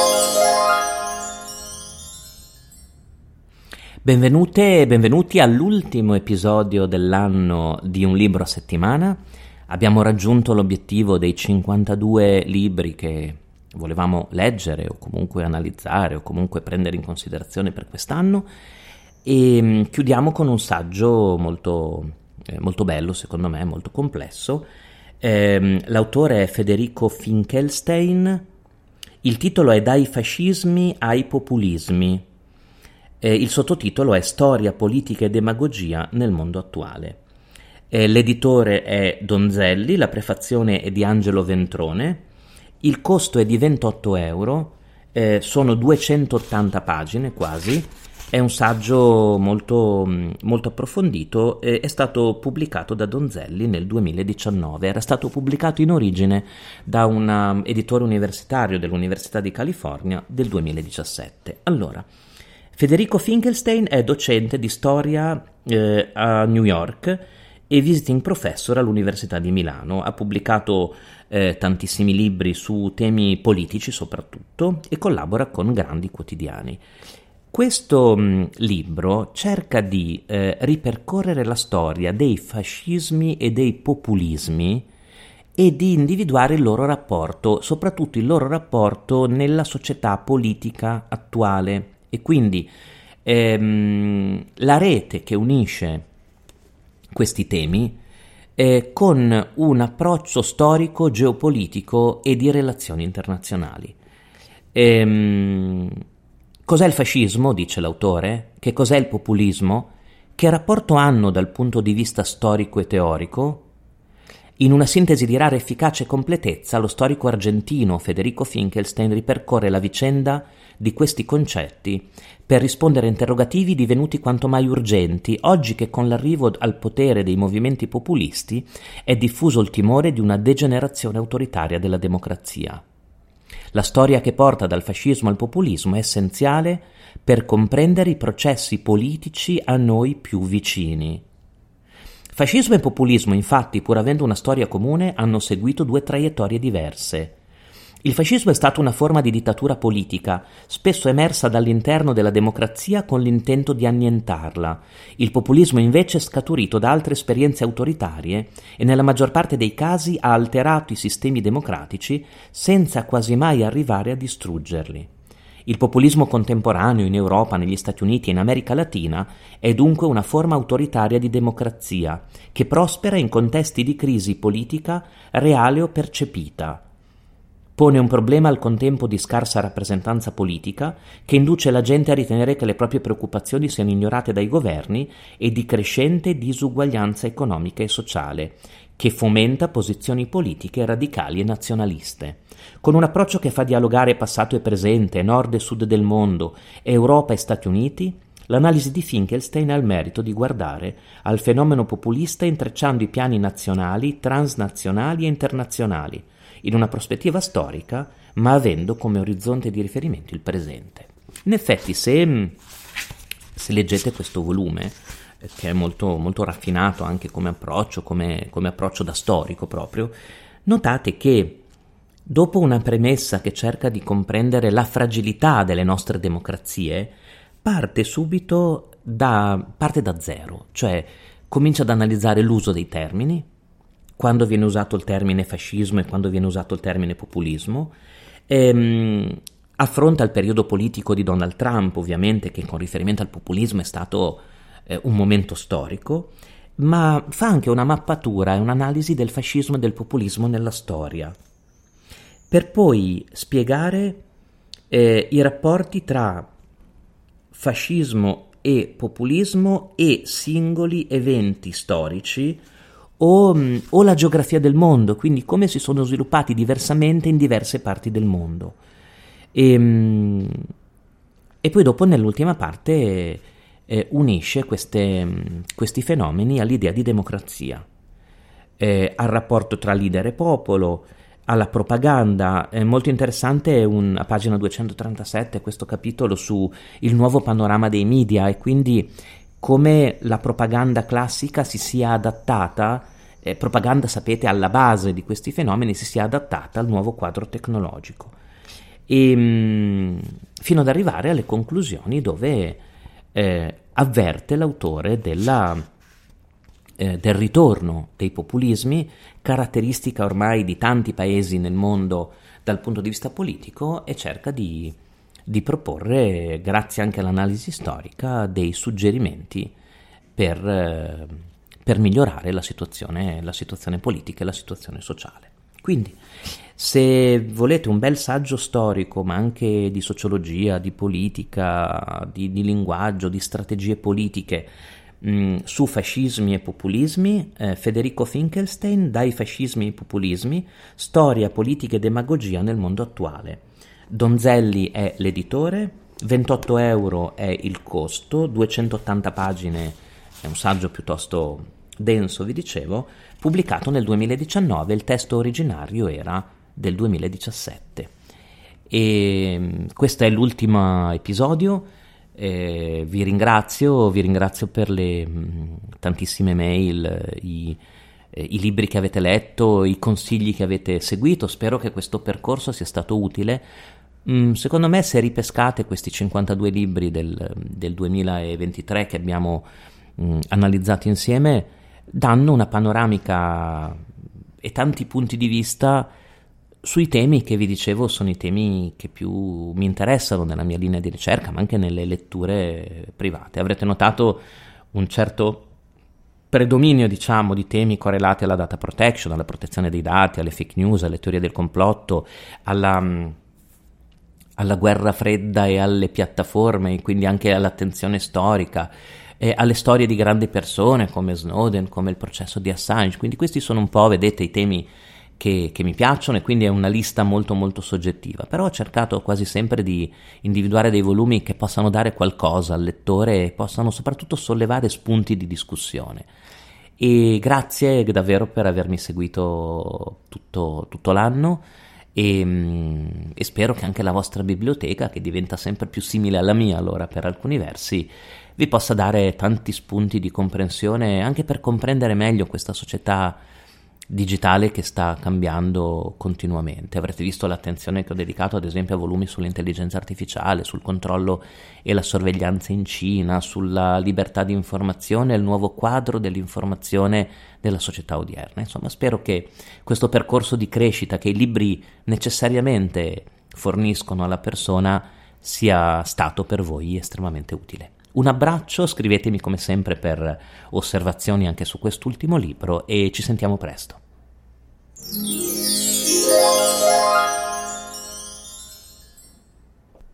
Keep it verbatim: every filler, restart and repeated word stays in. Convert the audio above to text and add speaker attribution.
Speaker 1: Benvenute e benvenuti all'ultimo episodio dell'anno di Un libro a settimana. Abbiamo raggiunto l'obiettivo dei cinquantadue libri che volevamo leggere o comunque analizzare o comunque prendere in considerazione per quest'anno e chiudiamo con un saggio molto, eh, molto bello, secondo me, molto complesso. Eh, l'autore è Federico Finkelstein, il titolo è Dai fascismi ai populismi. Eh, il sottotitolo è Storia, politica e demagogia nel mondo attuale. Eh, l'editore è Donzelli, la prefazione è di Angelo Ventrone, il costo è di ventotto euro, eh, sono duecentottanta pagine quasi, è un saggio molto, molto approfondito, eh, è stato pubblicato da Donzelli nel duemiladiciannove, era stato pubblicato in origine da un um, editore universitario dell'Università di California del duemiladiciassette. Allora, Federico Finkelstein è docente di storia eh, a New York e visiting professor all'Università di Milano. Ha pubblicato eh, tantissimi libri su temi politici soprattutto e collabora con grandi quotidiani. Questo mh, libro cerca di eh, ripercorrere la storia dei fascismi e dei populismi e di individuare il loro rapporto, soprattutto il loro rapporto nella società politica attuale. E quindi ehm, la rete che unisce questi temi eh, con un approccio storico, geopolitico e di relazioni internazionali. Ehm, cos'è il fascismo, dice l'autore? Che cos'è il populismo? Che rapporto hanno dal punto di vista storico e teorico? In una sintesi di rara efficacia e completezza, lo storico argentino Federico Finkelstein ripercorre la vicenda di questi concetti per rispondere a interrogativi divenuti quanto mai urgenti, oggi che con l'arrivo al potere dei movimenti populisti è diffuso il timore di una degenerazione autoritaria della democrazia. La storia che porta dal fascismo al populismo è essenziale per comprendere i processi politici a noi più vicini. Fascismo e populismo, infatti, pur avendo una storia comune, hanno seguito due traiettorie diverse. Il fascismo è stato una forma di dittatura politica, spesso emersa dall'interno della democrazia con l'intento di annientarla. Il populismo invece è scaturito da altre esperienze autoritarie e nella maggior parte dei casi ha alterato i sistemi democratici senza quasi mai arrivare a distruggerli. Il populismo contemporaneo in Europa, negli Stati Uniti e in America Latina è dunque una forma autoritaria di democrazia che prospera in contesti di crisi politica reale o percepita. Pone un problema al contempo di scarsa rappresentanza politica che induce la gente a ritenere che le proprie preoccupazioni siano ignorate dai governi e di crescente disuguaglianza economica e sociale, che fomenta posizioni politiche radicali e nazionaliste. Con un approccio che fa dialogare passato e presente, nord e sud del mondo, Europa e Stati Uniti, l'analisi di Finkelstein ha il merito di guardare al fenomeno populista intrecciando i piani nazionali, transnazionali e internazionali, in una prospettiva storica, ma avendo come orizzonte di riferimento il presente. In effetti, se, se leggete questo volume, che è molto, molto raffinato anche come approccio, come, come approccio da storico proprio, notate che dopo una premessa che cerca di comprendere la fragilità delle nostre democrazie, parte subito da, parte da zero, cioè comincia ad analizzare l'uso dei termini, quando viene usato il termine fascismo e quando viene usato il termine populismo, ehm, affronta il periodo politico di Donald Trump, ovviamente, che con riferimento al populismo è stato eh, un momento storico, ma fa anche una mappatura e un'analisi del fascismo e del populismo nella storia, per poi spiegare eh, i rapporti tra fascismo e populismo e singoli eventi storici o, o la geografia del mondo, quindi come si sono sviluppati diversamente in diverse parti del mondo. E, e poi dopo nell'ultima parte eh, unisce queste, questi fenomeni all'idea di democrazia, eh, al rapporto tra leader e popolo, alla propaganda. È molto interessante un, a pagina duecentotrentasette questo capitolo su il nuovo panorama dei media e quindi come la propaganda classica si sia adattata, eh, propaganda sapete alla base di questi fenomeni, si sia adattata al nuovo quadro tecnologico. e mh, fino ad arrivare alle conclusioni dove eh, avverte l'autore della Eh, del ritorno dei populismi, caratteristica ormai di tanti paesi nel mondo dal punto di vista politico, e cerca di, di proporre, grazie anche all'analisi storica, dei suggerimenti per, eh, per migliorare la situazione, la situazione politica e la situazione sociale. Quindi, se volete un bel saggio storico, ma anche di sociologia, di politica, di, di linguaggio, di strategie politiche, Mm, su fascismi e populismi, eh, Federico Finkelstein, Dai fascismi ai populismi, storia, politica e demagogia nel mondo attuale. Donzelli è l'editore, ventotto euro è il costo, duecentottanta pagine, è un saggio piuttosto denso, vi dicevo, pubblicato nel duemiladiciannove, il testo originario era del duemiladiciassette. E questo è l'ultimo episodio. Eh, vi ringrazio, vi ringrazio per le mh, tantissime mail, i, eh, i libri che avete letto, i consigli che avete seguito. Spero che questo percorso sia stato utile. Mm, secondo me, se ripescate questi cinquantadue libri del, del duemilaventitré che abbiamo mh, analizzato insieme, danno una panoramica e tanti punti di vista sui temi che vi dicevo sono i temi che più mi interessano nella mia linea di ricerca, ma anche nelle letture private. Avrete notato un certo predominio, diciamo, di temi correlati alla data protection, alla protezione dei dati, alle fake news, alle teorie del complotto, alla, alla guerra fredda e alle piattaforme, quindi anche all'attenzione storica, e alle storie di grandi persone come Snowden, come il processo di Assange. Quindi questi sono un po', vedete, i temi Che, che mi piacciono, e quindi è una lista molto molto soggettiva, però ho cercato quasi sempre di individuare dei volumi che possano dare qualcosa al lettore e possano soprattutto sollevare spunti di discussione. E grazie davvero per avermi seguito tutto, tutto l'anno, e, e spero che anche la vostra biblioteca, che diventa sempre più simile alla mia allora per alcuni versi, vi possa dare tanti spunti di comprensione, anche per comprendere meglio questa società digitale che sta cambiando continuamente. Avrete visto l'attenzione che ho dedicato ad esempio a volumi sull'intelligenza artificiale, sul controllo e la sorveglianza in Cina, sulla libertà di informazione e il nuovo quadro dell'informazione della società odierna. Insomma, spero che questo percorso di crescita che i libri necessariamente forniscono alla persona sia stato per voi estremamente utile. Un abbraccio, scrivetemi come sempre per osservazioni anche su quest'ultimo libro e ci sentiamo presto.